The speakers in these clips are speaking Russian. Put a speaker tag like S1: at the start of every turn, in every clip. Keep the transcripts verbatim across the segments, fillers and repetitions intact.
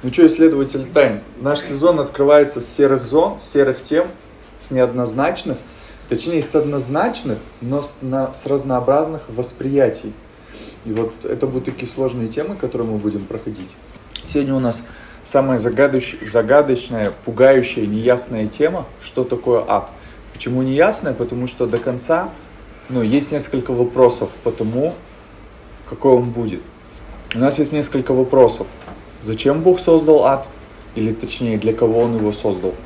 S1: Ну что, исследователь тайн, наш сезон открывается с серых зон, с серых тем, с неоднозначных, точнее с однозначных, но с, на, с разнообразных восприятий. И вот это будут такие сложные темы, которые мы будем проходить. Сегодня у нас самая загадоч, загадочная, пугающая, неясная тема, что такое ад. Почему неясная? Потому что до конца, ну, есть несколько вопросов по тому, какой он будет. У нас есть несколько вопросов. Зачем Бог создал ад? Или точнее, для кого Он его создал?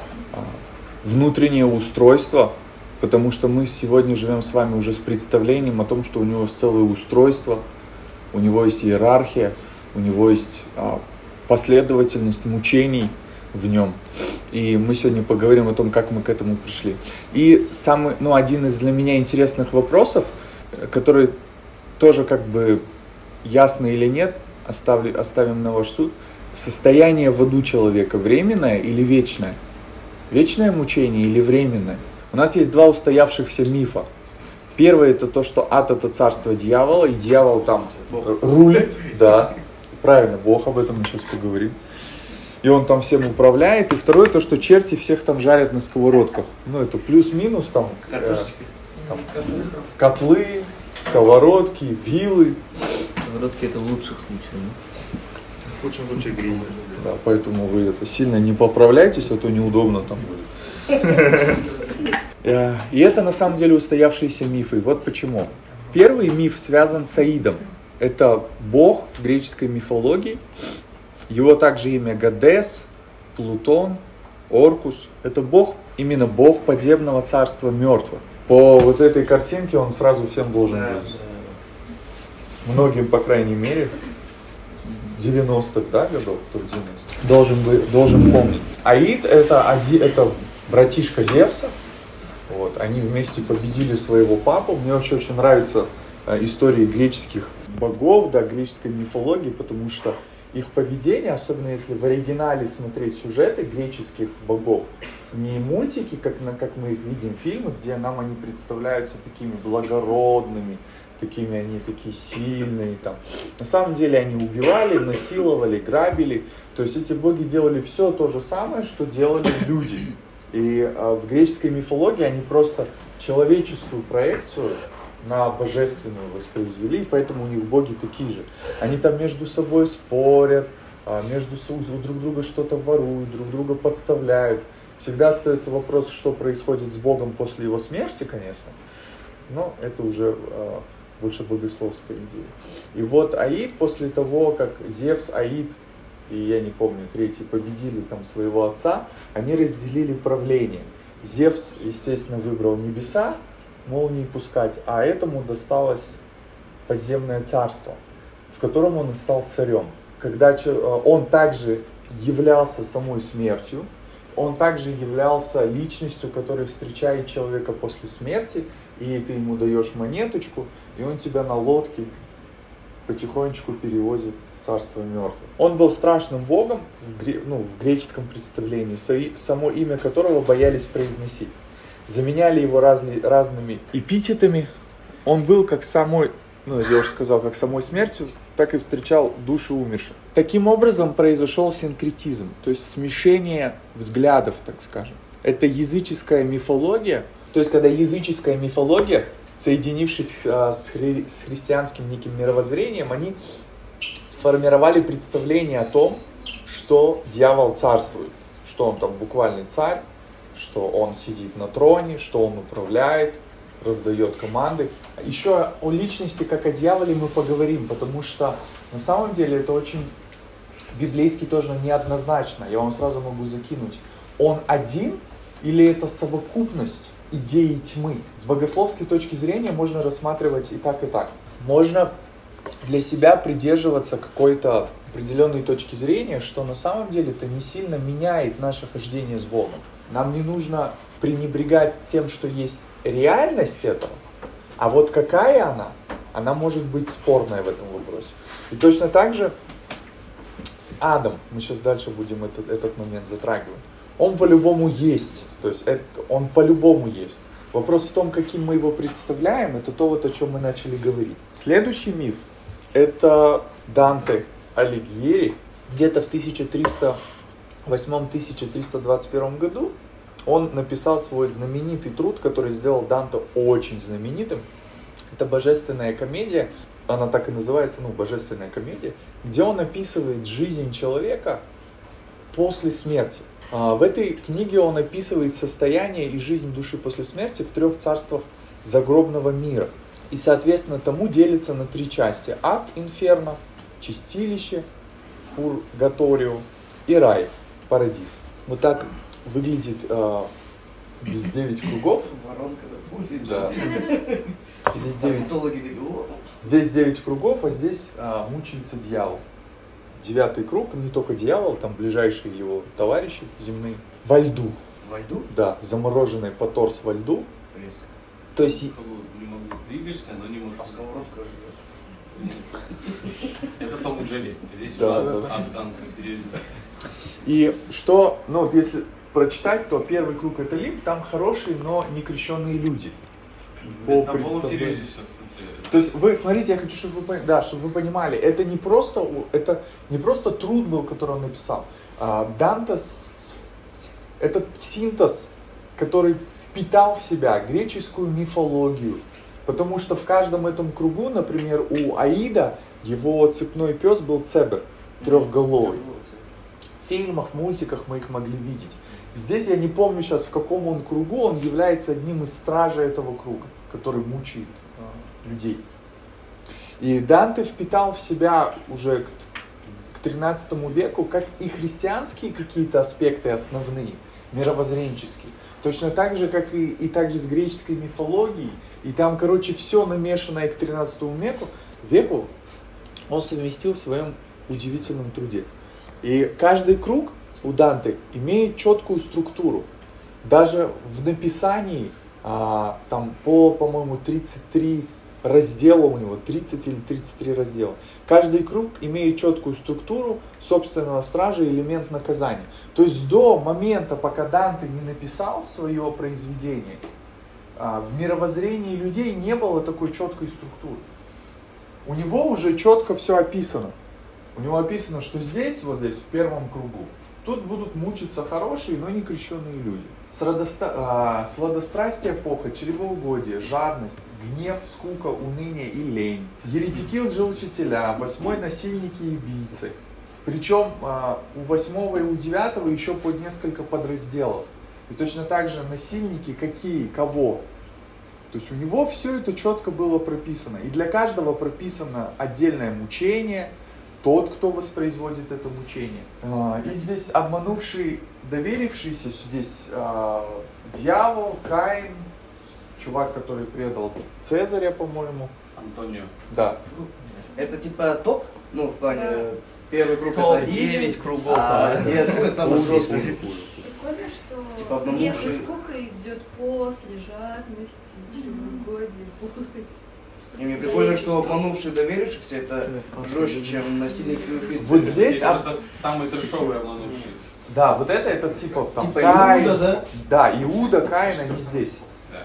S1: Внутреннее устройство, потому что мы сегодня живем с вами уже с представлением о том, что у него есть целое устройство, у него есть иерархия, у него есть последовательность мучений в нем. И мы сегодня поговорим о том, как мы к этому пришли. И самый, ну, один из для меня интересных вопросов, который тоже как бы ясно или нет, оставли, оставим на ваш суд. Состояние в аду человека временное или вечное? Вечное мучение или временное? У нас есть два устоявшихся мифа. Первый — это то, что ад — это царство дьявола, и дьявол там Бог рулит. Да, правильно, Бог, об этом мы сейчас поговорим. И он там всем управляет. И второе — то, что черти всех там жарят на сковородках. Ну, это плюс-минус там, э, там котлы, сковородки, вилы.
S2: Сковородки — это в лучших случаях, да?
S3: В лучшем случае гриль.
S1: Да, поэтому вы это сильно не поправляйтесь, а то неудобно там будет. И это на самом деле устоявшиеся мифы. Вот почему. Первый миф связан с Аидом. Это бог в греческой мифологии. Его также имя Гадес, Плутон, Оркус. Это бог, именно бог подземного царства мертвых. По вот этой картинке он сразу всем должен
S3: Да,
S1: быть.
S3: да.
S1: Многим, по крайней мере, девяностых, да, годов, кто в девяностых, должен, быть, должен помнить. Аид это, один, это братишка Зевса. Вот, они вместе победили своего папу. Мне вообще очень нравятся э, истории греческих богов, да, греческой мифологии, потому что их поведение, особенно если в оригинале смотреть сюжеты греческих богов, не мультики, как, на, как мы их видим в фильмах, где нам они представляются такими благородными, такими они такие сильные. Там. На самом деле они убивали, насиловали, грабили. То есть эти боги делали все то же самое, что делали люди. И а, в греческой мифологии они просто человеческую проекцию на божественную воспроизвели, и поэтому у них боги такие же. Они там между собой спорят, между собой друг друга что-то воруют, друг друга подставляют. Всегда остается вопрос, что происходит с Богом после его смерти, конечно, но это уже а, больше богословская идея. И вот Аид, после того, как Зевс, Аид и, я не помню, третий победили там своего отца, они разделили правление. Зевс, естественно, выбрал небеса, молнии пускать, а этому досталось подземное царство, в котором он и стал царем. Когда он также являлся самой смертью, он также являлся личностью, которая встречает человека после смерти, и ты ему даешь монеточку, и он тебя на лодке потихонечку перевозит в царство мертвых. Он был страшным богом в, гре... ну, в греческом представлении, само имя которого боялись произносить. Заменяли его разли, разными эпитетами. Он был как самой, ну я уже сказал, как самой смертью, так и встречал души умерших. Таким образом произошел синкретизм, то есть смешение взглядов, так скажем. Это языческая мифология, то есть когда языческая мифология, соединившись а, с, хри, с христианским неким мировоззрением, они сформировали представление о том, что дьявол царствует, что он там буквальный царь, что он сидит на троне, что он управляет, раздает команды. Еще о личности, как о дьяволе, мы поговорим, потому что на самом деле это очень библейски тоже неоднозначно. Я вам сразу могу закинуть. Он один или это совокупность идеи тьмы? С богословской точки зрения можно рассматривать и так, и так. Можно для себя придерживаться какой-то определенной точки зрения, что на самом деле это не сильно меняет наше хождение с Богом. Нам не нужно пренебрегать тем, что есть реальность этого, а вот какая она, она может быть спорная в этом вопросе. И точно так же с адом, мы сейчас дальше будем этот, этот момент затрагивать, он по-любому есть, то есть это, он по-любому есть. Вопрос в том, каким мы его представляем, это то, вот, о чем мы начали говорить. Следующий миф, это Данте Алигьери, где-то в тысяча триста восьмом — тысяча триста двадцать первом году он написал свой знаменитый труд, который сделал Данте очень знаменитым. Это «Божественная комедия», она так и называется, ну, «Божественная комедия», где он описывает жизнь человека после смерти. В этой книге он описывает состояние и жизнь души после смерти в трех царствах загробного мира. И, соответственно, тому делится на три части: ад, инферно, чистилище, пургаториум и рай, парадиз. Вот так выглядит э, здесь девять кругов.
S3: Воронка,
S1: да. Здесь девять, здесь девять кругов, а здесь э, мучается дьявол. Девятый круг, не только дьявол, там ближайшие его товарищи земные, во льду.
S3: Во льду?
S1: Да, замороженный по торс во льду.
S3: Резко.
S1: То есть...
S4: Не могу, двигаешься, но не можешь.
S3: А сковородка
S4: живет. Это Том и Джерри. Здесь
S1: да,
S4: у нас
S1: да.
S4: Абсданка, серьезно.
S1: И что, ну вот если прочитать, то первый круг это лимб, там хорошие, но не крещенные люди. По представлению. То есть вы, смотрите, я хочу, чтобы вы, да, чтобы вы понимали, это не просто, это не просто труд был, который он написал. А, Данте, это синтез, который впитал в себя греческую мифологию. Потому что в каждом этом кругу, например, у Аида его цепной пес был Цебер, трехголовый. В фильмах, в мультиках мы их могли видеть. Здесь я не помню сейчас, в каком он кругу, он является одним из стражей этого круга, который мучает людей. И Данте впитал в себя уже к, к тринадцатому веку как и христианские какие-то аспекты основные, мировоззренческие, точно так же, как и, и также с греческой мифологией. И там, короче, все намешанное к тринадцатому веку, веку он совместил в своем удивительном труде. И каждый круг у Данте имеет четкую структуру. Даже в написании, а, там по, по-моему, тридцать три раздела у него, тридцать или тридцать три раздела. Каждый круг имеет четкую структуру собственного стража и элемент наказания. То есть до момента, пока Данте не написал свое произведение, а, в мировоззрении людей не было такой четкой структуры. У него уже четко все описано. У него описано, что здесь, вот здесь, в первом кругу, тут будут мучиться хорошие, но не крещенные люди. Сладоста... А, сладострастие, похоть, чревоугодие, жадность, гнев, скука, уныние и лень. Еретики, лжеучителя, восьмой насильники и убийцы. Причем а, у восьмого и у девятого еще под несколько подразделов. И точно так же насильники какие, кого. То есть у него все это четко было прописано. И для каждого прописано отдельное мучение, тот, кто воспроизводит это мучение. И здесь обманувший, доверившийся, здесь э, дьявол, Каин, чувак, который предал Цезаря, по-моему.
S4: Антонио.
S1: Да.
S3: Это типа топ? Ну, в плане, первый круг
S2: топ,
S3: это
S2: девять кругов.
S3: А девятый самый жесткий.
S5: Прикольно, что
S3: Типа
S5: гнев и
S3: обманувший.
S5: скука идет после жадности, чревоугодия, похоть.
S3: И мне прикольно, что обманувшие доверившихся это жестче, чем насильники и убийцы.
S1: Вот здесь...
S4: Это просто самый трешовый обманувший.
S1: Да, вот это, это типа, там,
S3: Типа
S1: Каин,
S3: Иуда, да?
S1: Да, Иуда, Каин, они здесь.
S4: Да.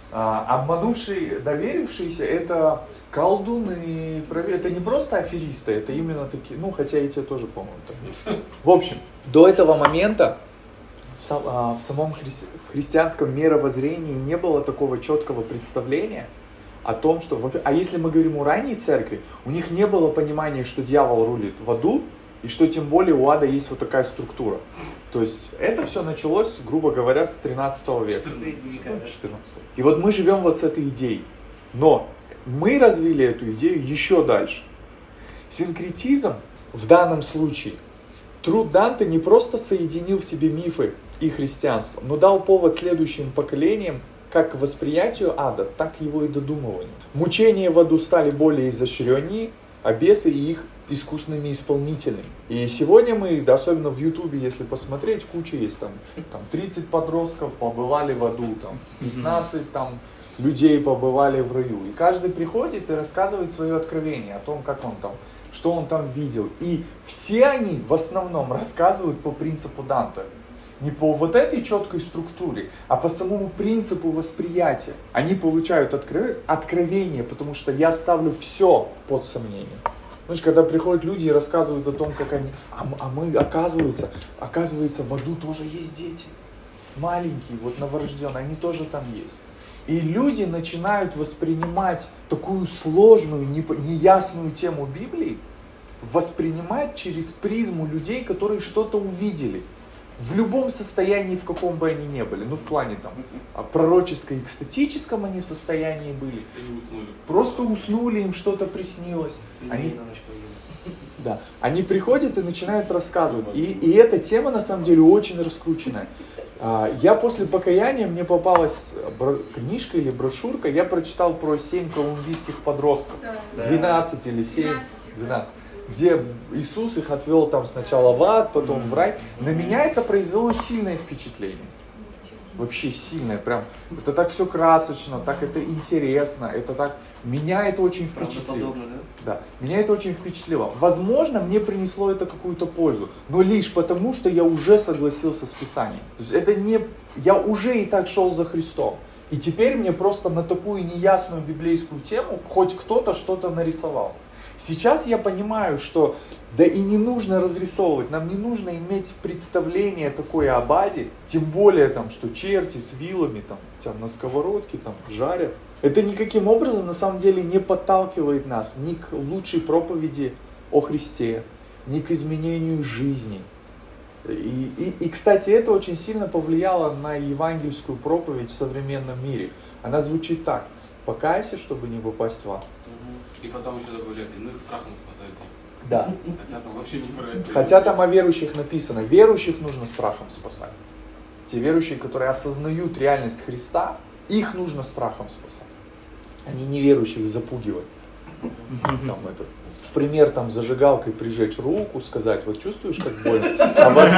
S1: А, обманувшие, доверившиеся, это колдуны, это не просто аферисты, это именно такие, ну, хотя и те тоже, по-моему, там есть. В общем, до этого момента в, сам, а, в самом хри- в христианском мировоззрении не было такого четкого представления о том, что... А если мы говорим о ранней церкви, у них не было понимания, что дьявол рулит в аду, и что тем более у ада есть вот такая структура. То есть это все началось, грубо говоря, с тринадцатого века. четырнадцатого. И вот мы живем вот с этой идеей. Но мы развили эту идею еще дальше. Синкретизм в данном случае, труд Данте не просто соединил в себе мифы и христианство, но дал повод следующим поколениям как к восприятию ада, так и его и додумыванию. Мучения в аду стали более изощреннее, а бесы и их искусными исполнителями. И сегодня мы, особенно в Ютубе, если посмотреть, куча есть, там, там тридцать подростков побывали в аду, там пятнадцать там, людей побывали в раю. И каждый приходит и рассказывает свое откровение о том, как он там, что он там видел. И все они в основном рассказывают по принципу Данте. Не по вот этой четкой структуре, а по самому принципу восприятия. Они получают откровение, потому что я ставлю все под сомнение. Знаешь, когда приходят люди и рассказывают о том, как они, а, а мы, оказывается, оказывается, в аду тоже есть дети. Маленькие, вот новорожденные, они тоже там есть. И люди начинают воспринимать такую сложную, неясную тему Библии, воспринимать через призму людей, которые что-то увидели. В любом состоянии, в каком бы они ни были. Ну, в плане там пророческо- экстатическом они состоянии были.
S4: Они уснули.
S1: Просто уснули, им что-то приснилось. Они, да, они приходят и начинают рассказывать. И, и эта тема, на самом деле, очень раскрученная. Я после покаяния, мне попалась бро- книжка или брошюрка, я прочитал про семь колумбийских подростков, двенадцать или семь, двенадцать, где Иисус их отвел там сначала в ад, потом в рай. На меня это произвело сильное впечатление. Вообще сильное, прям, это так все красочно, так это интересно, это так, меня это очень впечатлило. Да? Да, меня это очень впечатлило. Возможно, мне принесло это какую-то пользу, но лишь потому, что я уже согласился с Писанием. То есть это не, я уже и так шел за Христом. И теперь мне просто на такую неясную библейскую тему хоть кто-то что-то нарисовал. Сейчас я понимаю, что да и не нужно разрисовывать, нам не нужно иметь представление такое об аде, тем более там, что черти с вилами там, тебя на сковородке там жарят. Это никаким образом на самом деле не подталкивает нас ни к лучшей проповеди о Христе, ни к изменению жизни. И, и, и, кстати, это очень сильно повлияло на евангельскую проповедь в современном мире. Она звучит так: покайся, чтобы не попасть в ад.
S4: И потом еще добавляют, иных страхом спасайте.
S1: Да.
S4: Хотя там вообще не про это.
S1: Хотя там о верующих написано, верующих нужно страхом спасать. Те верующие, которые осознают реальность Христа, их нужно страхом спасать. Они неверующих запугивать. Там это, в пример там зажигалкой прижечь руку, сказать, вот чувствуешь, как больно, а в,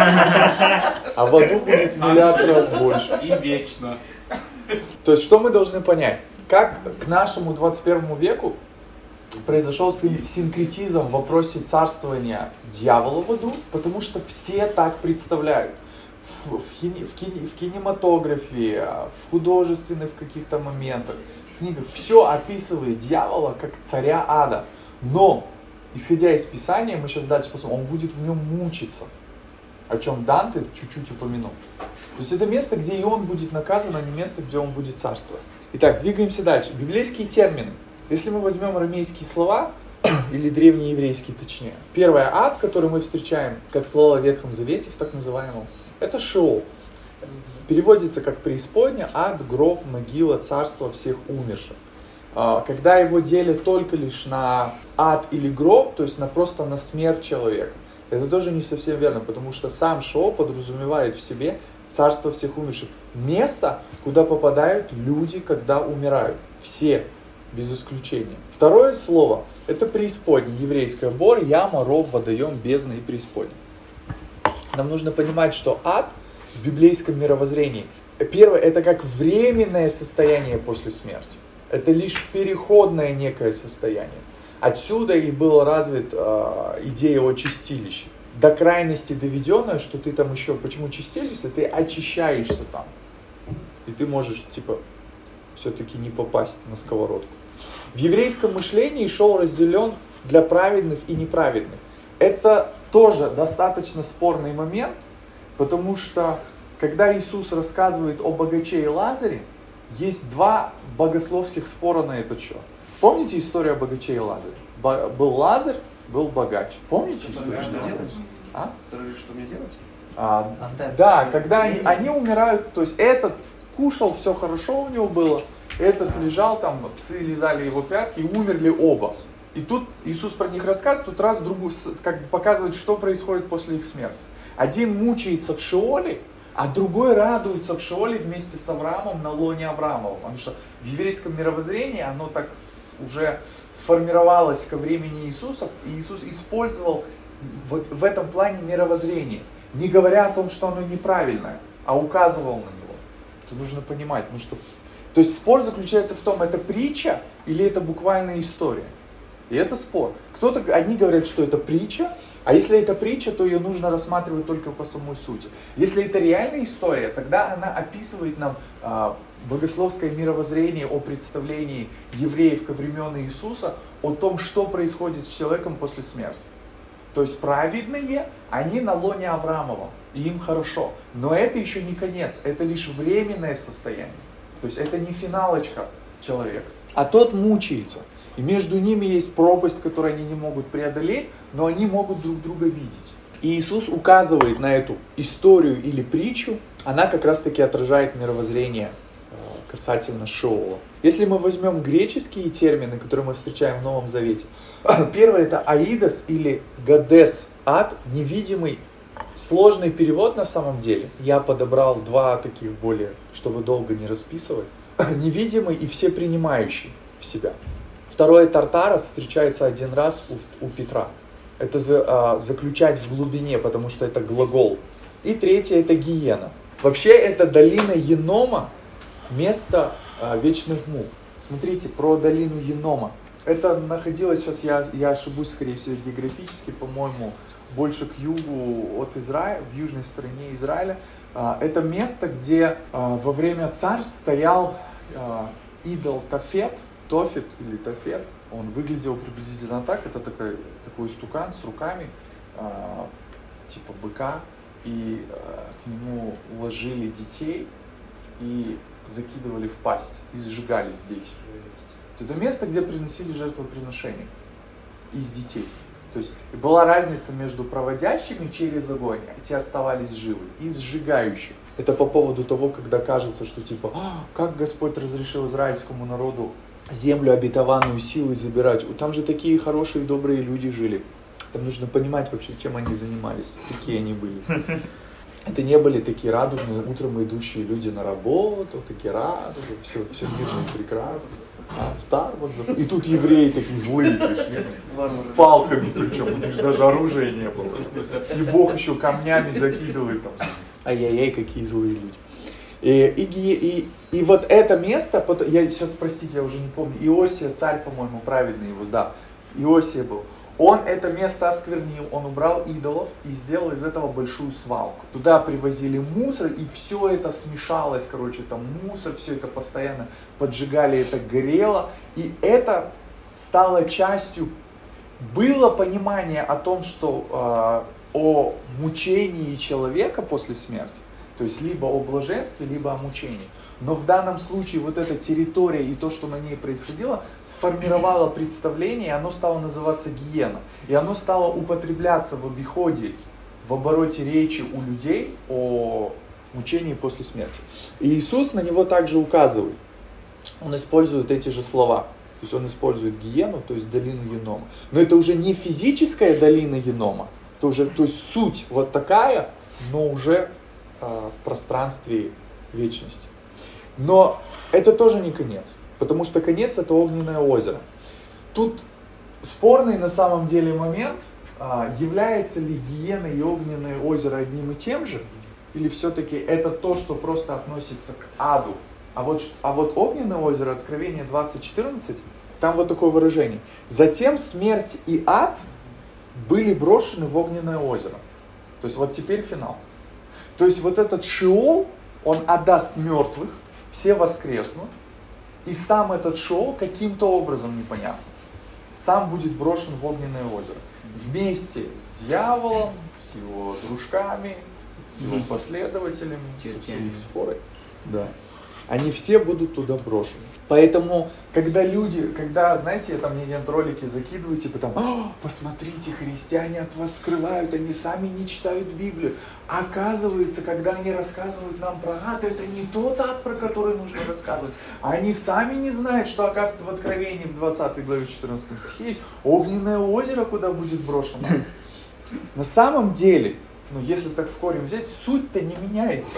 S1: а в аду будет в миллиард раз больше.
S4: И вечно.
S1: То есть что мы должны понять? Как к нашему двадцать первому веку произошел синкретизм в вопросе царствования дьявола в аду, потому что все так представляют. В, в, хини, в, кини, в кинематографе, в художественных каких-то моментах, в книгах, все описывает дьявола как царя ада. Но, исходя из Писания, мы сейчас дальше посмотрим, он будет в нем мучиться, о чем Данте чуть-чуть упомянул. То есть это место, где и он будет наказан, а не место, где он будет царствовать. Итак, двигаемся дальше. Библейские термины. Если мы возьмем арамейские слова, или древнееврейские точнее, первое ад, который мы встречаем как слово в Ветхом Завете, в так называемом, это Шеол. Переводится как преисподняя, ад, гроб, могила, царство всех умерших. Когда его делят только лишь на ад или гроб, то есть на просто на смерть человека, это тоже не совсем верно, потому что сам Шеол подразумевает в себе царство всех умерших. Место, куда попадают люди, когда умирают. Все, без исключения. Второе слово, это преисподняя, еврейское бор, яма, ров, водоем, бездна и преисподняя. Нам нужно понимать, что ад в библейском мировоззрении, первое, это как временное состояние после смерти. Это лишь переходное некое состояние. Отсюда и была развита э, идея о чистилище. До крайности доведенная, что ты там еще, почему чистилище, ты очищаешься там. И ты можешь, типа, все-таки не попасть на сковородку. В еврейском мышлении Шеол разделен для праведных и неправедных. Это тоже достаточно спорный момент, потому что, когда Иисус рассказывает о богаче и Лазаре, есть два богословских спора на этот счет. Помните историю о богаче и Лазаре? Бо- был Лазарь, был богач. Помните историю?
S3: Что делать?
S1: А?
S3: Что мне делать?
S1: А,
S2: Оставь.
S1: да, когда они, они умирают, то есть этот кушал, все хорошо у него было, этот лежал там, псы лизали его пятки и умерли оба. И тут Иисус про них рассказывает, тут раз другу как бы показывает, что происходит после их смерти. Один мучается в Шеоле, а другой радуется в Шеоле вместе с Авраамом на лоне Авраамова. Потому что в еврейском мировоззрении оно так уже сформировалось ко времени Иисуса, и Иисус использовал вот в этом плане мировоззрение, не говоря о том, что оно неправильное, а указывал на него. Это нужно понимать. Ну, что... То есть спор заключается в том, это притча или это буквальная история. И это спор. Кто-то, одни говорят, что это притча, А если это притча, то ее нужно рассматривать только по самой сути. Если это реальная история, тогда она описывает нам а, богословское мировоззрение о представлении евреев ко времен Иисуса, о том, что происходит с человеком после смерти. То есть праведные, они на лоне Авраамова, и им хорошо. Но это еще не конец, это лишь временное состояние. То есть это не финалочка человека. А тот мучается. И между ними есть пропасть, которую они не могут преодолеть, но они могут друг друга видеть. И Иисус указывает на эту историю или притчу, она как раз таки отражает мировоззрение касательно Шеола. Если мы возьмем греческие термины, которые мы встречаем в Новом Завете, первое это аидос или гадес, ад, невидимый, сложный перевод на самом деле. Я подобрал два таких более, чтобы долго не расписывать. Невидимый и всепринимающий в себя. Второе Тартарос встречается один раз у, у Петра. Это за, а, заключать в глубине, потому что это глагол. И третье это гиена. Вообще это долина Енома, место а, вечных мук. Смотрите, про долину Енома. Это находилось, сейчас я, я ошибусь, скорее всего, географически, по-моему, больше к югу от Израиля, в южной стороне Израиля. А, это место, где а, во время царств стоял а, идол Тофет. Тофет или Тофет, он выглядел приблизительно так, это такой, такой истукан с руками, э, типа быка, и э, к нему уложили детей и закидывали в пасть, и сжигались дети. Это место, где приносили жертвоприношения из детей. То есть была разница между проводящими через огонь, а те оставались живы, и сжигающими. Это по поводу того, когда кажется, что типа, а, как Господь разрешил израильскому народу землю обетованную силой забирать. Там же такие хорошие, добрые люди жили. Там нужно понимать вообще, чем они занимались, какие они были. Это не были такие радужные, утром идущие люди на работу, такие радужные, все, все мирно и прекрасно. А в Starbucks, и тут евреи такие злые пришли, с палками причем, у них же даже оружия не было. И Бог еще камнями закидывает там. Ай-яй-яй, какие злые люди. И, и, и, и вот это место, я сейчас, простите, я уже не помню, Иосия, царь, по-моему, праведный его, да, Иосия был, он это место осквернил, он убрал идолов и сделал из этого большую свалку. Туда привозили мусор, и все это смешалось, короче, там мусор, все это постоянно поджигали, это горело, и это стало частью, было понимание о том, что э, о мучении человека после смерти, то есть либо о блаженстве, либо о мучении. Но в данном случае вот эта территория и то, что на ней происходило, сформировало представление, и оно стало называться гиена. И оно стало употребляться в обиходе, в обороте речи у людей о мучении после смерти. И Иисус на него также указывает. Он использует эти же слова. То есть он использует гиену, то есть долину Енома. Но это уже не физическая долина Енома, это уже, то есть суть вот такая, но уже в пространстве вечности. Но это тоже не конец, потому что конец это огненное озеро. Тут спорный на самом деле момент, является ли гиена и огненное озеро одним и тем же, или все-таки это то, что просто относится к аду. А вот, а вот огненное озеро, Откровение двадцать четырнадцать, там вот такое выражение. Затем смерть и ад были брошены в огненное озеро. То есть вот теперь финал. То есть вот этот Шеол, он отдаст мертвых, все воскреснут, и сам этот Шеол каким-то образом непонятно, сам будет брошен в огненное озеро. Вместе с дьяволом, с его дружками, с его последователями, со всей их сфорой. Да. Они все будут туда брошены. Поэтому, когда люди, когда, знаете, я там мне ролики закидываю, типа там, «О, посмотрите, христиане от вас скрывают, они сами не читают Библию». Оказывается, когда они рассказывают нам про ад, это не тот ад, про который нужно рассказывать. Они сами не знают, что, оказывается, в Откровении в двадцатой главе четырнадцатом стихе есть огненное озеро, куда будет брошено. На самом деле, ну если так в корень взять, суть-то не меняется.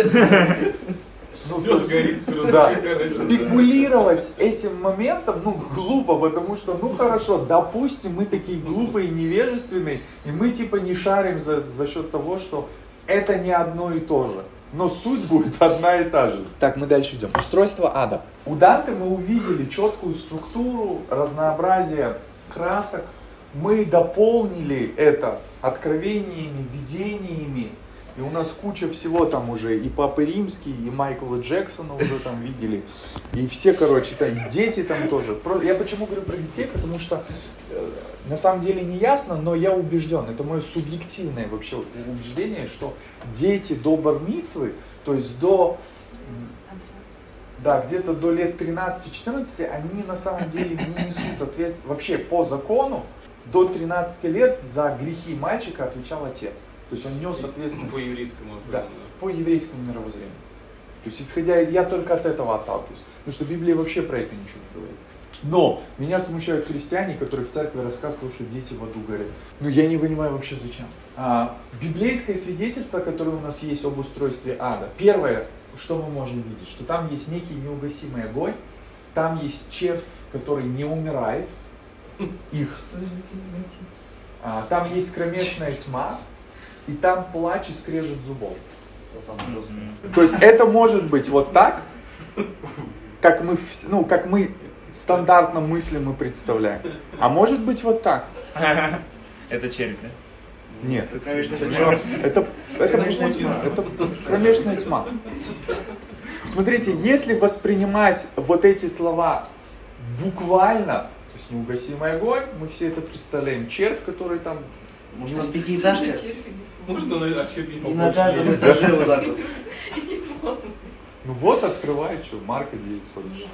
S1: Ну,
S4: все сгорит, все
S1: да, спекулировать этим моментом, ну, глупо, потому что, ну, хорошо, допустим, мы такие глупые, невежественные, и мы, типа, не шарим за, за счет того, что это не одно и то же. Но суть будет одна и та же. Так, мы дальше идем. Устройство ада. У Данте мы увидели четкую структуру, разнообразие красок. Мы дополнили это откровениями, видениями. И у нас куча всего там уже, и Папы Римский, и Майкла Джексона уже там видели, и все, короче, там, и дети там тоже. Я почему говорю про детей, потому что э, на самом деле не ясно, но я убежден, это мое субъективное вообще убеждение, что дети до бар-мицвы, то есть до, да, где-то до лет тринадцати-четырнадцати, они на самом деле не несут ответственность, вообще по закону, до тринадцати лет за грехи мальчика отвечал отец. То есть он нес ответственность.
S4: По еврейскому
S1: да, да, по еврейскому мировоззрению. То есть исходя, я только от этого отталкиваюсь. Потому что Библия вообще про это ничего не говорит. Но меня смущают христиане, которые в церкви рассказывают, что дети в аду горят. Ну я не понимаю вообще зачем. А, библейское свидетельство, которое у нас есть об устройстве ада. Первое, что мы можем видеть, что там есть некий неугасимый огонь, там есть червь, который не умирает. Их. А, там есть кромешная тьма. И там плач и скрежет зубов. То есть это может быть вот так, как мы, ну, как мы стандартно мыслим и представляем. А может быть вот так.
S2: Это червь, да?
S1: Нет.
S3: Это кромешная
S1: Это,
S3: тьма.
S1: это, это, это кромешная тьма. Смотрите, если воспринимать вот эти слова буквально, то есть неугасимый огонь, мы все это представляем. Червь, который там...
S3: Может, у нас пятиэтажка?
S4: Можно на очернить
S3: И на каждом этаже вот так вот.
S1: Ну вот, открывает, что, Марка девять сорок шесть.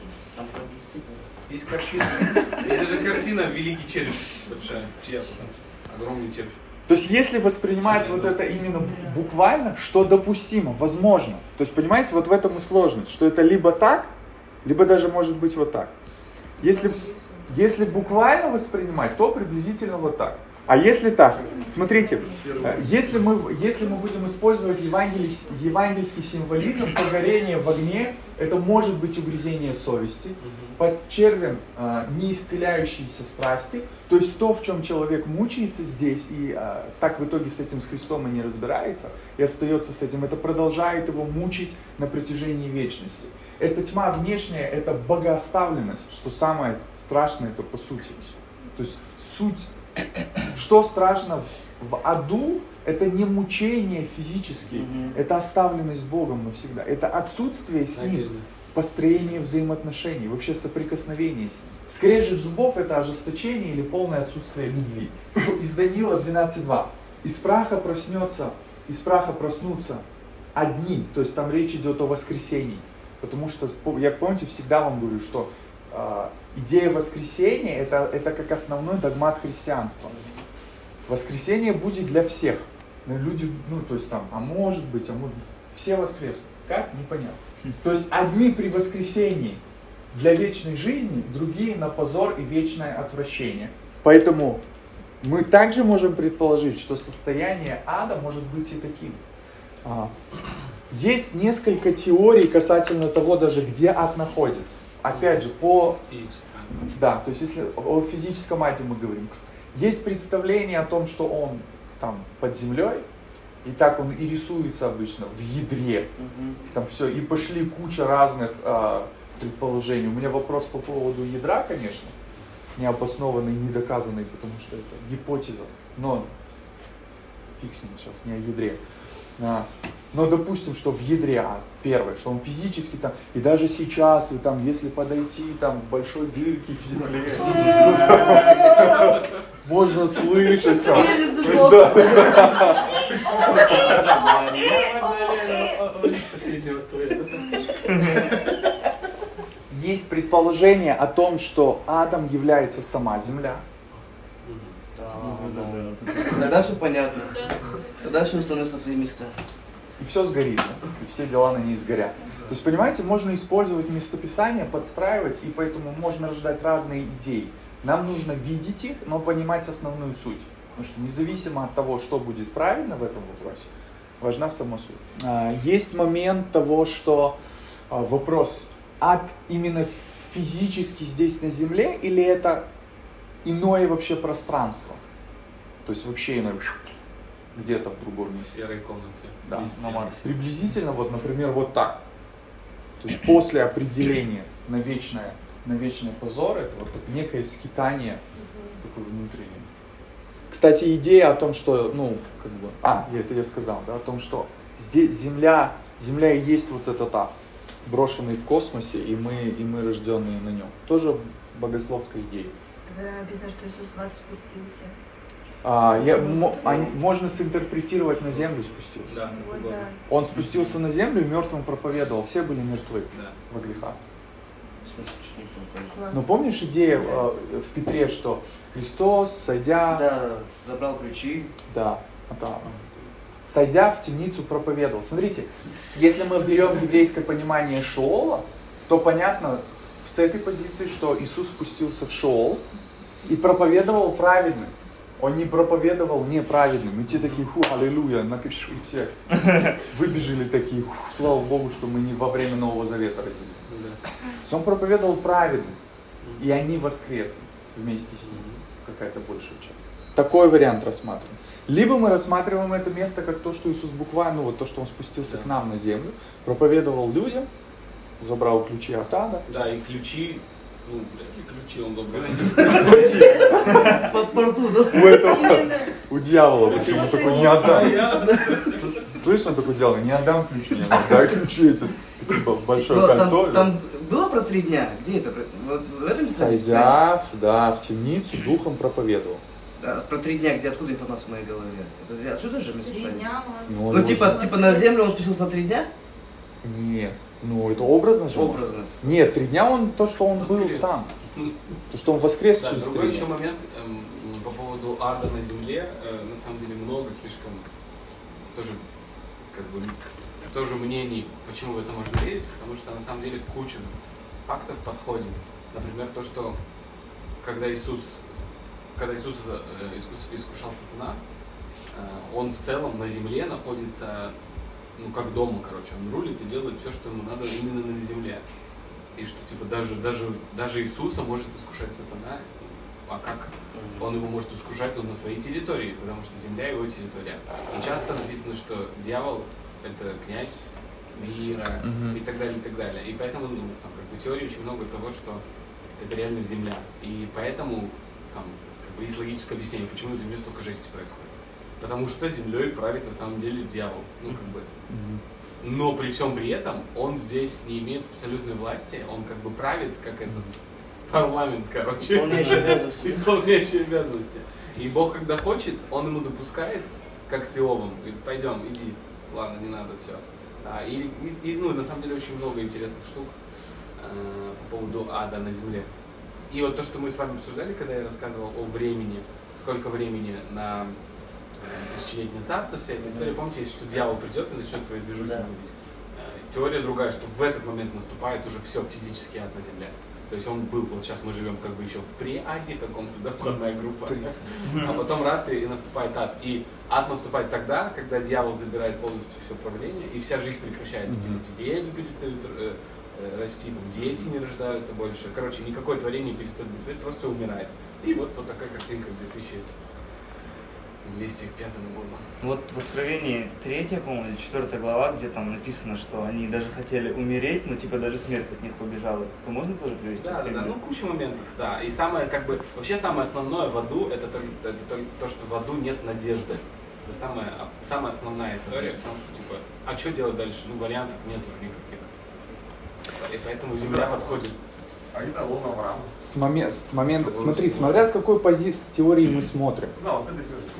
S4: Есть картина. Это же картина «Великий червь». Большая. Чья там? Огромный червь.
S1: То есть, если воспринимать вот это именно буквально, что допустимо, возможно. То есть, понимаете, вот в этом и сложность, что это либо так, либо даже может быть вот так. Если, если буквально воспринимать, то приблизительно вот так. А если так, смотрите, если мы, если мы будем использовать евангелий, евангельский символизм, погорение в огне, это может быть угрызение совести, под червем э, неисцеляющиеся страсти, то есть то, в чем человек мучается здесь, и э, так в итоге с этим с Христом и не разбирается, и остается с этим, это продолжает его мучить на протяжении вечности. Эта тьма внешняя, это богооставленность, что самое страшное, это по сути. То есть суть... Что страшно в аду, это не мучение физические, mm-hmm. это оставленность Богом навсегда, это отсутствие с Ним, Надежда. Построение взаимоотношений, вообще соприкосновение с Ним. Скрежет зубов — это ожесточение или полное отсутствие любви. Из Даниила двенадцать два. Из праха проснется, из праха проснутся одни, то есть там речь идет о воскресении. Потому что, я, помните, всегда вам говорю, что э, идея воскресения это, это как основной догмат христианства. Воскресение будет для всех. Люди, ну, то есть там, а может быть, а может быть, все воскреснут. Как? Непонятно. То есть одни при воскресении для вечной жизни, другие на позор и вечное отвращение. Поэтому мы также можем предположить, что состояние ада может быть и таким. Есть несколько теорий касательно того даже, где ад находится. Опять же, по... Да, то есть если о физическом аде мы говорим. Есть представление о том, что он там под землей, и так он и рисуется обычно в ядре. Там все, и пошли куча разных э, предположений. У меня вопрос по поводу ядра, конечно, необоснованный, недоказанный, потому что это гипотеза. Но фиг с ним сейчас, не о ядре. А, но допустим, что в ядре, а, первое, что он физически там, и даже сейчас, вы там, если подойти там к большой дырке в земле, можно слышать. Есть предположение о том, что адом является сама земля.
S3: Тогда все понятно. Тогда все становится на свои места.
S1: И все сгорит, да? И все дела на ней сгорят. То есть, понимаете, можно использовать местописание, подстраивать, и поэтому можно рождать разные идеи. Нам нужно видеть их, но понимать основную суть. Потому что независимо от того, что будет правильно в этом вопросе, важна сама суть. Есть момент того, что вопрос, ад именно физически здесь на земле, или это иное вообще пространство? То есть вообще иное, где-то в другом месте.
S4: В серой комнате.
S1: Да, на Марсе. Приблизительно, вот, например, вот так. То есть после определения на вечное, на вечный позор, это вот некое скитание такое внутреннее. Кстати, идея о том, что, ну, как бы, а, это я сказал, да, о том, что здесь Земля, Земля и есть вот этот ад, брошенный в космосе, и мы, и мы рожденные на нем. Тоже богословская идея.
S5: Когда написано, что Иисус в ад спустился.
S1: А, я, мо, а, можно синтерпретировать, на землю спустился.
S4: Да,
S5: Вот,
S4: угодно.
S5: да.
S1: Он спустился на землю и мертвым проповедовал. Все были мертвы
S4: Да.
S1: во грехах.
S3: В смысле, что не понял.
S5: Классно.
S1: Но помнишь идея э, в Петре, что Христос, сойдя,
S3: Да, забрал ключи.
S1: да, да, сойдя в темницу проповедовал. Смотрите, если мы берем еврейское понимание Шеола, то понятно с, с этой позиции, что Иисус спустился в Шеол и проповедовал праведным. Он не проповедовал неправедным. И те такие, ху, аллилуйя, напиши, и все выбежали такие, ху, слава Богу, что мы не во время Нового Завета родились.
S4: Да.
S1: То есть он проповедовал праведным, и они воскресли вместе с ним, какая-то большая часть. Такой вариант рассматриваем. Либо мы рассматриваем это место как то, что Иисус буквально, ну вот то, что Он спустился
S4: Да.
S1: к нам на землю, проповедовал людям, забрал ключи от ада.
S4: Да, и ключи, ну, вряд ли ключи он забрал.
S3: Паспорту, да?
S1: У этого, у дьявола, почему такой, не отдам.
S4: Я-
S1: Слышно, такой дьявол, не отдам ключи, не отдай ключи эти, типа большое
S3: Ну,
S1: кольцо.
S3: Там, там было про три дня? Где это? Вот в этом писании?
S1: Сойдя, да, в темницу, духом проповедовал.
S3: Да, про три дня, где откуда информация в моей голове? Это зря- отсюда же
S5: Три
S3: местописание?
S5: дня он...
S1: Ну, он
S3: Ну, типа,
S1: может-
S3: типа на землю он спустился на три дня?
S1: Нет, ну это образно же. может.
S3: Образно.
S1: Нет, три дня он, то, что он был
S4: Воскрес.
S1: там. То, что он воскрес
S4: Да,
S1: через
S4: другой
S1: три
S4: еще
S1: дня.
S4: момент эм, по поводу ада на земле, э, на самом деле много слишком тоже как бы тоже мнений, почему в это можно верить, потому что на самом деле куча фактов подходит. Например, то, что когда Иисус, когда Иисус э, искус, искушал сатана, э, он в целом на земле находится, ну как дома, короче, он рулит и делает все, что ему надо именно на земле. И что типа даже, даже, даже Иисуса может искушать сатана, а как он его может искушать он на своей территории, потому что земля его территория. И часто написано, что дьявол это князь мира
S1: Мгм.
S4: и так далее, и так далее. И поэтому ну, там, как бы, теории очень много того, что это реально земля. И поэтому там как бы есть логическое объяснение, почему на земле столько жести происходит. Потому что землей правит на самом деле дьявол. Ну как бы.
S1: Мгм.
S4: Но при всем при этом он здесь не имеет абсолютной власти, он как бы правит, как этот парламент, короче.
S3: Исполняющий обязанности.
S4: Исполняющий обязанности. И Бог, когда хочет, он ему допускает, как с Иовом, говорит, пойдем, иди, ладно, не надо, все. А, и, и, и, ну, на самом деле, очень много интересных штук э, по поводу ада на земле. И вот то, что мы с вами обсуждали, когда я рассказывал о времени, сколько времени на тысячелетнее царство, вся эта история, помните, что дьявол придет и начнет свои движухи
S3: Да.
S4: мутить. Э, Теория другая, что в этот момент наступает уже все, физический ад на земле. То есть он был, вот сейчас мы живем как бы еще в преаде каком-то, да, входная группа, а потом раз и, и наступает ад. И ад наступает тогда, когда дьявол забирает полностью все правление, и вся жизнь прекращается.
S1: Мгм.
S4: Типа деревья перестают э, э, расти, там, дети не рождаются больше. Короче, никакое творение перестает быть, просто умирает. И вот, вот такая картинка к две тысячи двести пятому году.
S2: Вот в Откровении третья, по-моему, или четвертая глава, где там написано, что они даже хотели умереть, но типа даже смерть от них убежала. То можно тоже привести?
S4: Да, да, да,
S2: пример?
S4: ну куча моментов, да. И самое, как бы, вообще самое основное в аду, это, только, это только то, что в аду нет надежды. Это самая, самая основная история, потому что, типа, а что делать дальше? Ну, вариантов нет уже никаких. И поэтому земля подходит.
S6: А это лун Авраама.
S1: С, момен- с момента, смотри, смотря с какой позиции теории мы смотрим.
S6: Да, вот с этой теорией.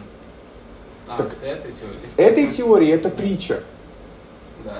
S4: А,
S1: Так,
S4: с этой теорией.
S1: С этой теорией это притча.
S4: Да.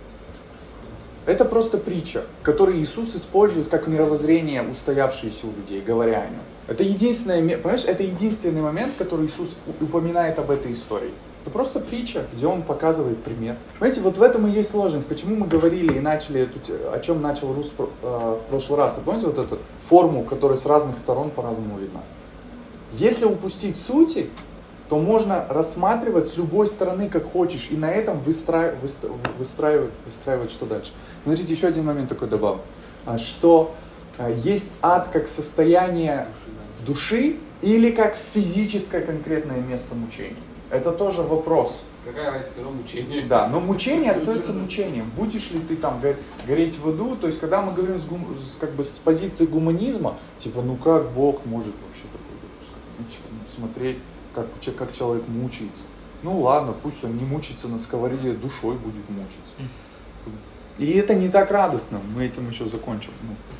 S1: Это просто притча, которую Иисус использует как мировоззрение, устоявшееся у людей, говоря о нем. Это единственное, ме- понимаешь, это единственный момент, который Иисус у- упоминает об этой истории. Это просто притча, где Он показывает пример. Понимаете, вот в этом и есть сложность. Почему мы говорили и начали, эту, те- о чем начал Рус про- э, в прошлый раз. Вы помните вот эту форму, которая с разных сторон по-разному видна? Если упустить сути, то можно рассматривать с любой стороны, как хочешь, и на этом выстраивать, выстраивать, выстраивать что дальше. Смотрите, еще один момент такой добавлю, А, что а, есть ад как состояние души или как физическое конкретное место мучений. Это тоже вопрос.
S4: Какая разница, все равно мучение.
S1: Да, но мучение остается мучением. Будешь ли ты там го- гореть в аду? То есть, когда мы говорим с, гум- с- как бы с позиции гуманизма, типа, ну как Бог может вообще такое допускать? ну, типа, смотреть, как, как человек мучается. Ну ладно, пусть он не мучится на сковороде, душой будет мучиться. И это не так радостно, мы этим еще закончим.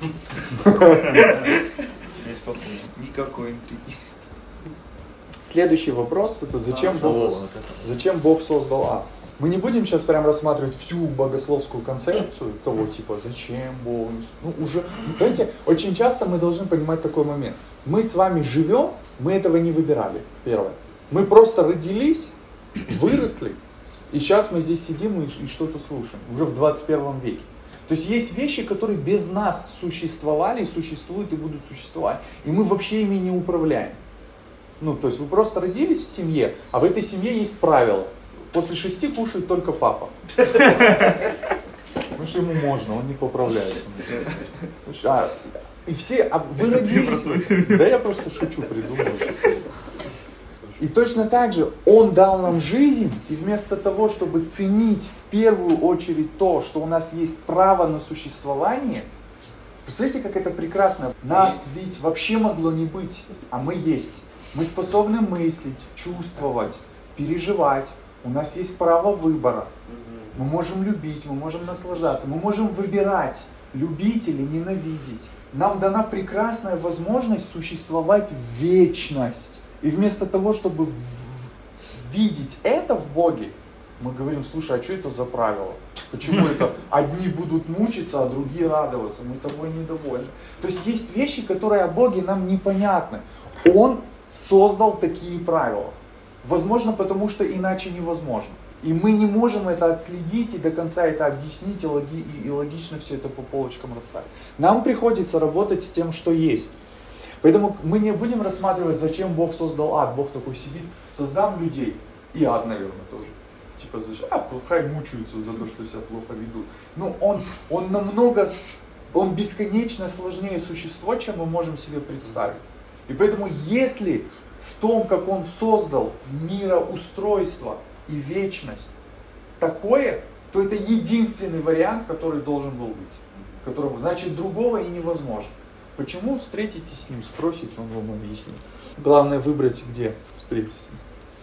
S3: Никакой интриги.
S1: Следующий вопрос, это зачем Бог, зачем Бог создал ад? Мы не будем сейчас прям рассматривать всю богословскую концепцию того типа, зачем Бог, ну уже, понимаете, очень часто мы должны понимать такой момент. Мы с вами живем, мы этого не выбирали, первое. Мы просто родились, выросли, и сейчас мы здесь сидим и, и что-то слушаем, уже в двадцать первом веке. То есть есть вещи, которые без нас существовали, существуют и будут существовать, и мы вообще ими не управляем. Ну, то есть вы просто родились в семье, а в этой семье есть правила. После шести кушает только папа. Потому что ему можно, он не поправляется. А, и все, а вы родились... Да я просто шучу, придумываю. И точно так же Он дал нам жизнь, и вместо того, чтобы ценить в первую очередь то, что у нас есть право на существование, представляете, как это прекрасно. Нас ведь вообще могло не быть, а мы есть. Мы способны мыслить, чувствовать, переживать. У нас есть право выбора. Мы можем любить, мы можем наслаждаться, мы можем выбирать, любить или ненавидеть. Нам дана прекрасная возможность существовать в вечность. И вместо того, чтобы видеть это в Боге, мы говорим, слушай, а что это за правило? Почему это одни будут мучиться, а другие радоваться? Мы тобой недовольны. То есть есть вещи, которые о Боге нам непонятны. Он создал такие правила. Возможно, потому что иначе невозможно. И мы не можем это отследить и до конца это объяснить и, логи, и логично все это по полочкам расставить. Нам приходится работать с тем, что есть. Поэтому мы не будем рассматривать, зачем Бог создал ад. Бог такой сидит, создам людей. И ад, наверное, тоже. Типа, зачем? А, пускай мучаются за то, что себя плохо ведут. Ну, он, он намного, он бесконечно сложнее существо, чем мы можем себе представить. И поэтому, если в том, как он создал мироустройство и вечность такое, то это единственный вариант, который должен был быть. Которого, значит, другого и невозможно. Почему? Встретитесь с ним, спросите, он вам объяснит. Главное выбрать, где встретиться с ним.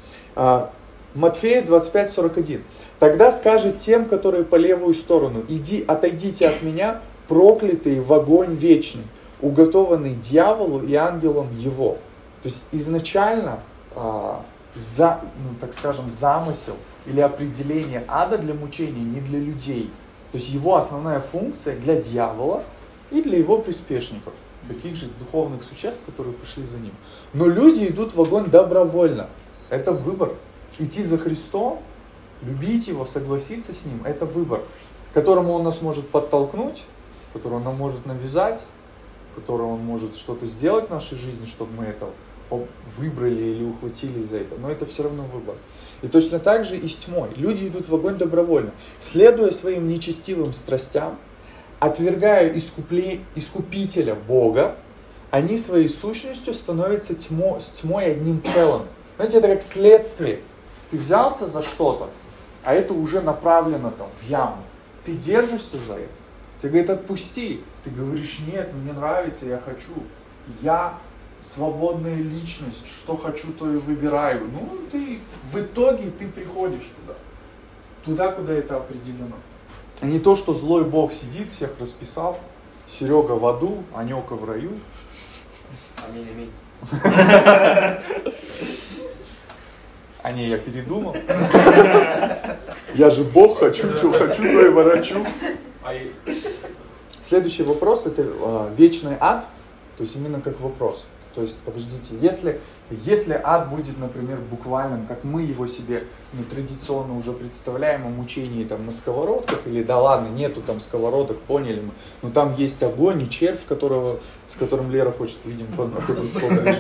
S1: А, Матфея двадцать пять сорок один. Тогда скажет тем, которые по левую сторону: иди, отойдите от меня, проклятые в огонь вечный, уготованный дьяволу и ангелам его. То есть изначально, а, за, ну, так скажем, замысел или определение ада для мучения не для людей. То есть его основная функция для дьявола и для его приспешников, таких же духовных существ, которые пошли за ним. Но люди идут в огонь добровольно. Это выбор. Идти за Христом, любить Его, согласиться с Ним, это выбор, к которому Он нас может подтолкнуть, который Он нам может навязать, который Он может что-то сделать в нашей жизни, чтобы мы это выбрали или ухватились за это. Но это все равно выбор. И точно так же и с тьмой. Люди идут в огонь добровольно, следуя своим нечестивым страстям, отвергая искупле... искупителя Бога, они своей сущностью становятся тьмо... с тьмой одним целым. Знаете, это как следствие. Ты взялся за что-то, а это уже направлено там в яму. Ты держишься за это. Тебе говорят, отпусти. Ты говоришь, нет, мне нравится, я хочу. Я свободная личность, что хочу, то и выбираю. Ну, ты в итоге ты приходишь туда. Туда, куда это определено. А не то, что злой Бог сидит, всех расписал. Серега в аду, Анёка в раю.
S3: Аминь, аминь.
S1: А не, я передумал. Я же Бог, хочу, что хочу, то и ворочу. Следующий вопрос, это э, вечный ад, то есть именно как вопрос. То есть, подождите, если, если ад будет, например, буквальным, как мы его себе ну, традиционно уже представляем, о мучении там, на сковородках, или да ладно, нету там сковородок, поняли мы, но там есть огонь и червь, которого, с которым Лера хочет, видимо, познакомиться.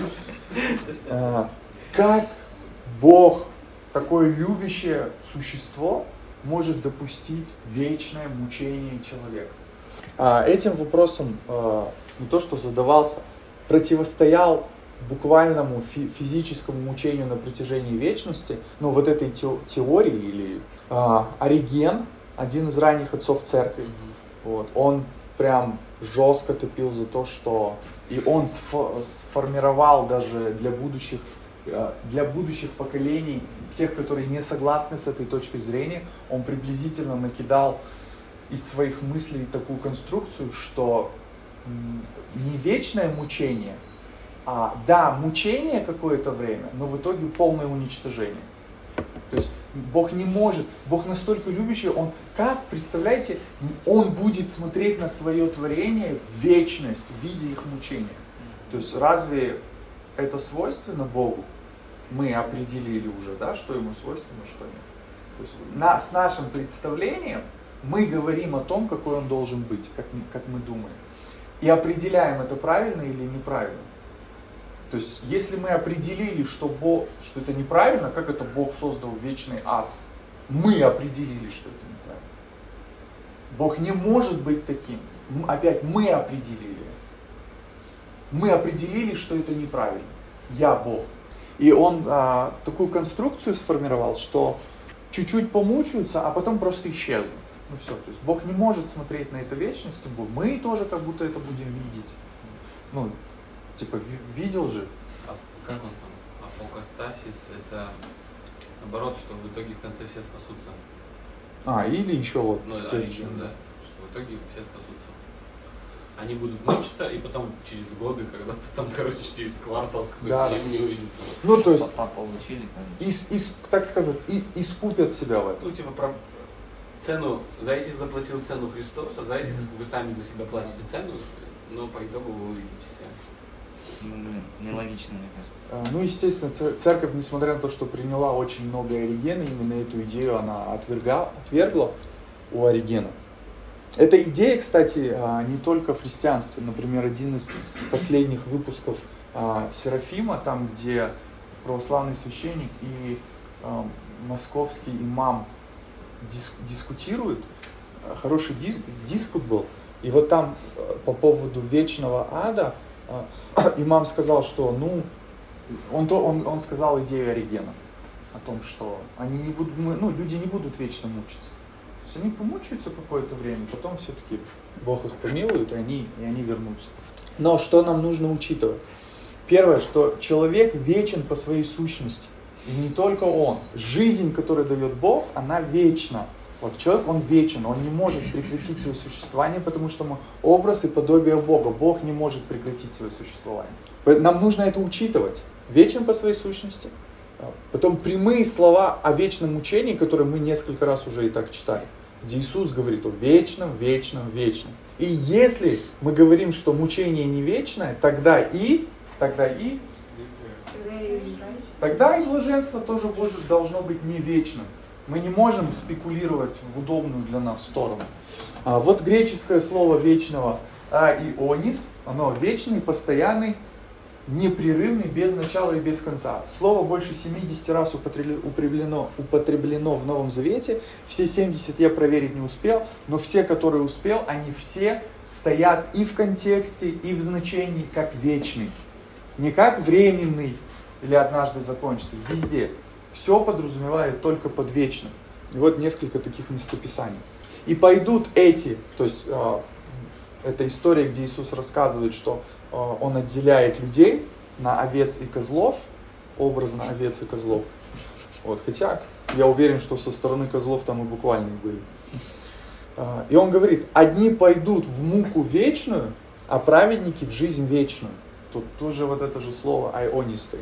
S1: Как Бог, такое любящее существо, может допустить вечное мучение человека? Этим вопросом не то, что задавался, противостоял буквальному фи- физическому мучению на протяжении вечности, ну вот этой те- теории, или а, Ориген, один из ранних отцов церкви, mm-hmm. вот, он прям жестко топил за то, что И он сформировал даже для будущих, для будущих поколений, тех, которые не согласны с этой точкой зрения, он приблизительно накидал из своих мыслей такую конструкцию, что не вечное мучение, а да, мучение какое-то время, но в итоге полное уничтожение. То есть Бог не может, Бог настолько любящий, Он, как, представляете, Он будет смотреть на свое творение в вечность, в виде их мучения. То есть разве это свойственно Богу? Мы определили уже, да, что Ему свойственно, что нет. То есть на, с нашим представлением мы говорим о том, какой Он должен быть, как, как мы думаем. И определяем, это правильно или неправильно. То есть, если мы определили, что, Бог, что это неправильно, как это Бог создал вечный ад? Мы определили, что это неправильно. Бог не может быть таким. Опять мы определили. Мы определили, что это неправильно. Я Бог. И Он а, такую конструкцию сформировал, что чуть-чуть помучаются, а потом просто исчезнут. Ну все, то есть Бог не может смотреть на это вечность, мы тоже как будто это будем видеть. Ну, типа, видел же.
S4: А как он там? Апокастасис, это наоборот, что в итоге в конце все спасутся.
S1: А, или еще вот.
S4: Ну, оригин, да. Что в итоге все спасутся. Они будут мучиться, и потом через годы, когда-то там, короче, через квартал
S1: да,
S4: им не увидится.
S1: Ну, то есть,
S2: получили,
S1: ис, ис, так сказать, и, искупят себя в этом.
S4: Ну, типа, про цену, за этих заплатил цену Христос, а за этих вы сами за себя платите цену, но по итогу вы увидите себя.
S2: Ну, блин, нелогично, мне кажется.
S1: Ну, естественно, церковь, несмотря на то, что приняла очень много Оригена, именно эту идею она отвергла, отвергла у Оригена. Эта идея, кстати, не только в христианстве. Например, один из последних выпусков Серафима, там, где православный священник и московский имам дис- дискутируют, хороший дис- диспут был. И вот там по поводу вечного ада имам сказал, что, ну, он, то, он, он сказал идею Оригена о том, что они не будут, ну, люди не будут вечно мучиться. То есть они помучаются какое-то время, потом все-таки Бог их помилует, и они, и они вернутся. Но что нам нужно учитывать? Первое, что человек вечен по своей сущности. И не только он. Жизнь, которую дает Бог, она вечна. Вот человек, он вечен, он не может прекратить свое существование, потому что мы образ и подобие Бога. Бог не может прекратить свое существование. Нам нужно это учитывать. Вечен по своей сущности. Потом прямые слова о вечном учении, которые мы несколько раз уже и так читали, где Иисус говорит о вечном, вечном, вечном. И если мы говорим, что мучение не вечное, тогда и, тогда и, тогда и блаженство тоже должно быть не вечным. Мы не можем спекулировать в удобную для нас сторону. А вот греческое слово вечного аионис, оно вечный, постоянный, непрерывный, без начала и без конца. Слово больше семьдесят раз употреблено, употреблено в Новом Завете. Все семьдесят я проверить не успел, но все, которые успел, они все стоят и в контексте, и в значении как вечный. Не как временный или однажды закончится. Везде. Все подразумевает только под вечным. И вот несколько таких местописаний. И пойдут эти, то есть э, это история, где Иисус рассказывает, что э, Он отделяет людей на овец и козлов, образно овец и козлов. Вот, хотя я уверен, что со стороны козлов там и буквальные были. Э, и Он говорит, одни пойдут в муку вечную, а праведники в жизнь вечную. Тут тоже вот это же слово айонистый.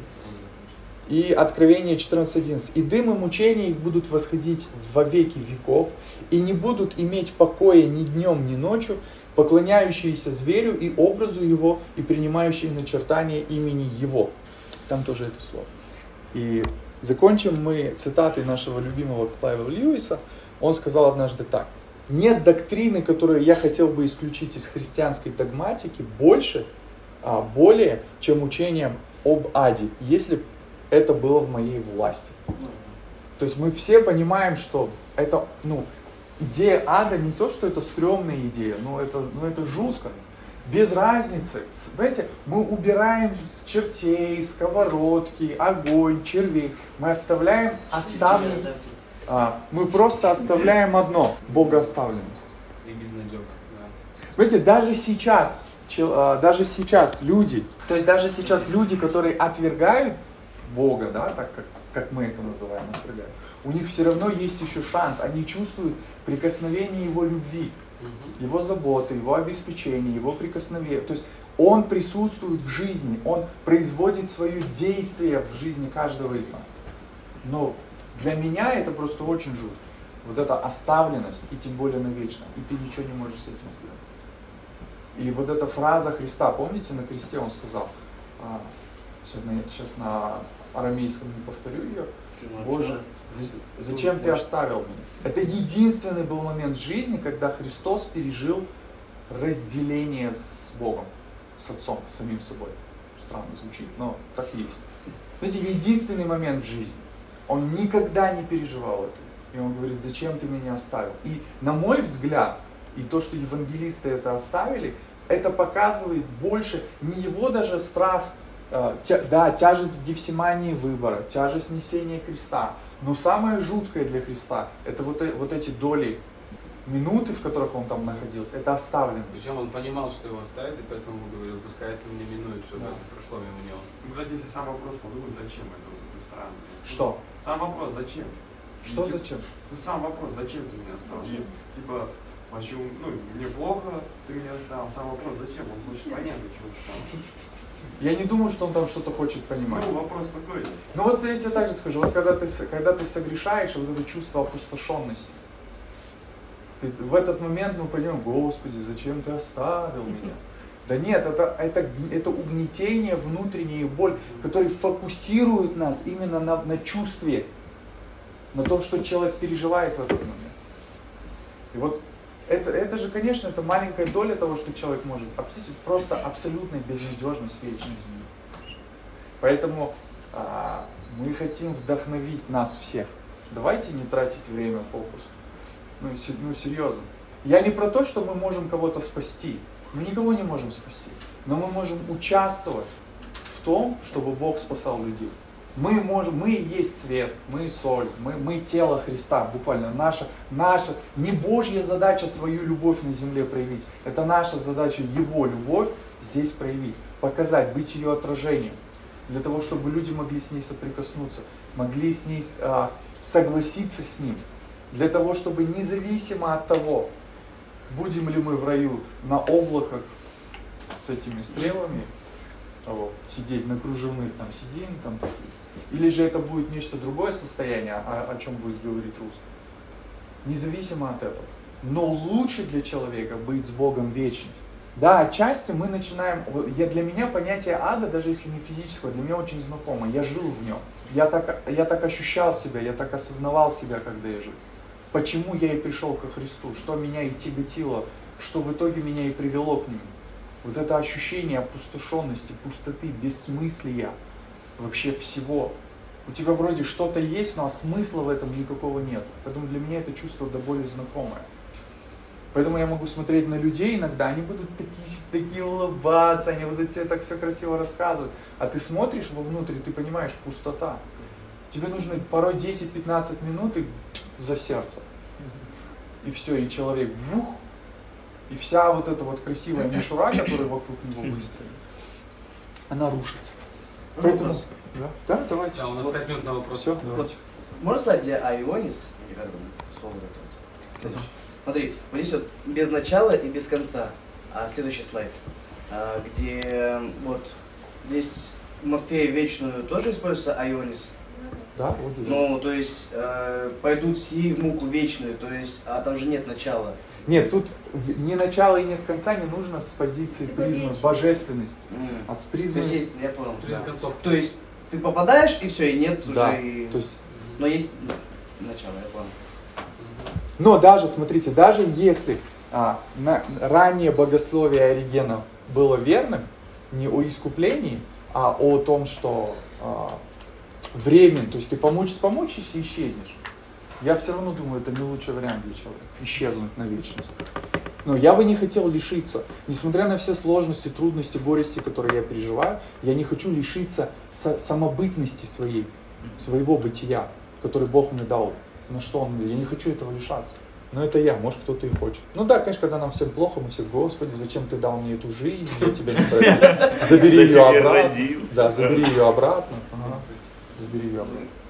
S1: И Откровение четырнадцать одиннадцать. «И дым и мучения их будут восходить во веки веков, и не будут иметь покоя ни днем, ни ночью, поклоняющиеся зверю и образу его, и принимающие начертание имени его». Там тоже это слово. И закончим мы цитатой нашего любимого Клайва Льюиса. Он сказал однажды так. «Нет доктрины, которую я хотел бы исключить из христианской догматики, больше, а более, чем учением об аде, если это было в моей власти». То есть мы все понимаем, что это, ну, идея ада не то, что это стрёмная идея, но это, ну, это жестко. Без разницы. Знаете, мы убираем с чертей, сковородки, огонь, червей. Мы оставляем оставлен... а, мы просто оставляем одно — богооставленность.
S4: И безнадёга.
S1: Знаете, даже сейчас даже сейчас люди, то есть даже сейчас люди, которые отвергают Бога, да, так как, как мы это называем, отвергают, у них все равно есть еще шанс, они чувствуют прикосновение Его любви, Его заботы, Его обеспечения, Его прикосновения. То есть Он присутствует в жизни, Он производит свое действие в жизни каждого из нас. Но для меня это просто очень жутко. Вот эта оставленность, и тем более навечно, и ты ничего не можешь с этим сделать. И вот эта фраза Христа, помните, на кресте Он сказал, а, сейчас, на, сейчас на арамейском не повторю ее, Боже, зачем ты оставил меня? Это единственный был момент в жизни, когда Христос пережил разделение с Богом, с Отцом, с самим собой. Странно звучит, но так и есть. Знаете, единственный момент в жизни. Он никогда не переживал это. И он говорит, зачем ты меня оставил? И на мой взгляд, и то, что евангелисты это оставили, это показывает больше не его даже страх, э, тя, да, тяжесть в Гефсимании выбора, тяжесть несения креста. Но самое жуткое для Христа, это вот, вот эти доли, минуты, в которых он там находился, это оставленность.
S4: Причем он понимал, что его оставит, и поэтому говорил, пускай это мне минует, чтобы да. это прошло мимо него.
S6: Ну, кстати, если сам вопрос подумать, зачем это, вот это странно.
S1: Что?
S6: Сам вопрос, зачем?
S1: Что
S6: ну,
S1: зачем?
S6: Ну сам вопрос, зачем ты меня оставил? Зачем? Типа, почему, ну, мне плохо, ты меня оставил. Сам вопрос, зачем? Он хочет понять, что он.
S1: Я не думаю, что он там что-то хочет понимать.
S6: Ну, вопрос такой.
S1: Ну вот я тебе так же скажу, вот когда ты, когда ты согрешаешь, вот это чувство опустошенности, ты в этот момент мы понимаем, Господи, зачем ты оставил меня? Да нет, это, это, это угнетение, внутренняя боль, который фокусирует нас именно на, на чувстве, на том, что человек переживает в этот момент. И вот это, это же, конечно, это маленькая доля того, что человек может. Просто абсолютная безнадежность вечной земли. Поэтому а, мы хотим вдохновить нас всех. Давайте не тратить время попусту. Ну, ну серьезно. Я не про то, что мы можем кого-то спасти. Мы никого не можем спасти. Но мы можем участвовать в том, чтобы Бог спасал людей. Мы можем, мы и есть свет, мы соль, мы, мы тело Христа, буквально. Наша, наша, не Божья задача свою любовь на земле проявить. Это наша задача Его любовь здесь проявить, показать, быть ее отражением. Для того, чтобы люди могли с ней соприкоснуться, могли с ней а, согласиться с Ним. Для того, чтобы независимо от того, будем ли мы в раю на облаках с этими стрелами, вот, сидеть на кружевных там сидим, там, или же это будет нечто другое состояние, о, о чем будет говорить русский. Независимо от этого. Но лучше для человека быть с Богом вечность. Да, отчасти мы начинаем, я, для меня понятие ада, даже если не физического, для меня очень знакомо. Я жил в нем. Я так, я так ощущал себя, я так осознавал себя, когда я жил. Почему я и пришел ко Христу, что меня и тяготило, что в итоге меня и привело к Нему. Вот это ощущение опустошенности, пустоты, бессмыслия вообще всего. У тебя вроде что-то есть, но смысла в этом никакого нет. Поэтому для меня это чувство до боли знакомое. Поэтому я могу смотреть на людей иногда, они будут такие, такие улыбаться, они будут тебе так все красиво рассказывать. А ты смотришь вовнутрь, и ты понимаешь, пустота. Тебе нужно порой десять-пятнадцать минут и за сердце. И все, и человек бух, и вся вот эта вот красивая мишура, которая вокруг него выстроена, она рушится. Поэтому... Да? Да, давайте.
S4: Да, у нас пять минут на вопрос.
S1: Все, давайте.
S3: Можно сказать, где Айонис? Или как бы слово это? Вот. Смотри, вот здесь вот без начала и без конца. А следующий слайд, а, где вот здесь Морфея вечную тоже используется Айонис.
S1: Да, вот здесь.
S3: Ну, то есть э, пойдут все в муку вечную, то есть, а там же нет начала.
S1: Нет, тут ни начала и нет конца, не нужно с позиции призмы божественности,
S3: Mm.
S1: а с призмы...
S3: То есть, есть, я понял.
S4: Да. Концовки.
S3: То есть ты попадаешь и все, и нет
S1: Да,
S3: уже. И...
S1: то есть...
S3: Но есть начало, я понял.
S1: Но даже, смотрите, даже если а, на, ранее богословие Оригена было верным, не о искуплении, а о том, что а, временно, то есть ты помучишься, помучишься и исчезнешь. Я все равно думаю, это не лучший вариант для человека, исчезнуть на вечность. Но я бы не хотел лишиться, несмотря на все сложности, трудности, горести, которые я переживаю, я не хочу лишиться со- самобытности своей, своего бытия, который Бог мне дал. На что Он мне? Я не хочу этого лишаться. Но это я, может кто-то и хочет. Ну да, конечно, когда нам всем плохо, мы все, Господи, зачем ты дал мне эту жизнь, я тебя не прощу. Забери ее обратно. Да, забери ее обратно. Ага. Забери ее обратно.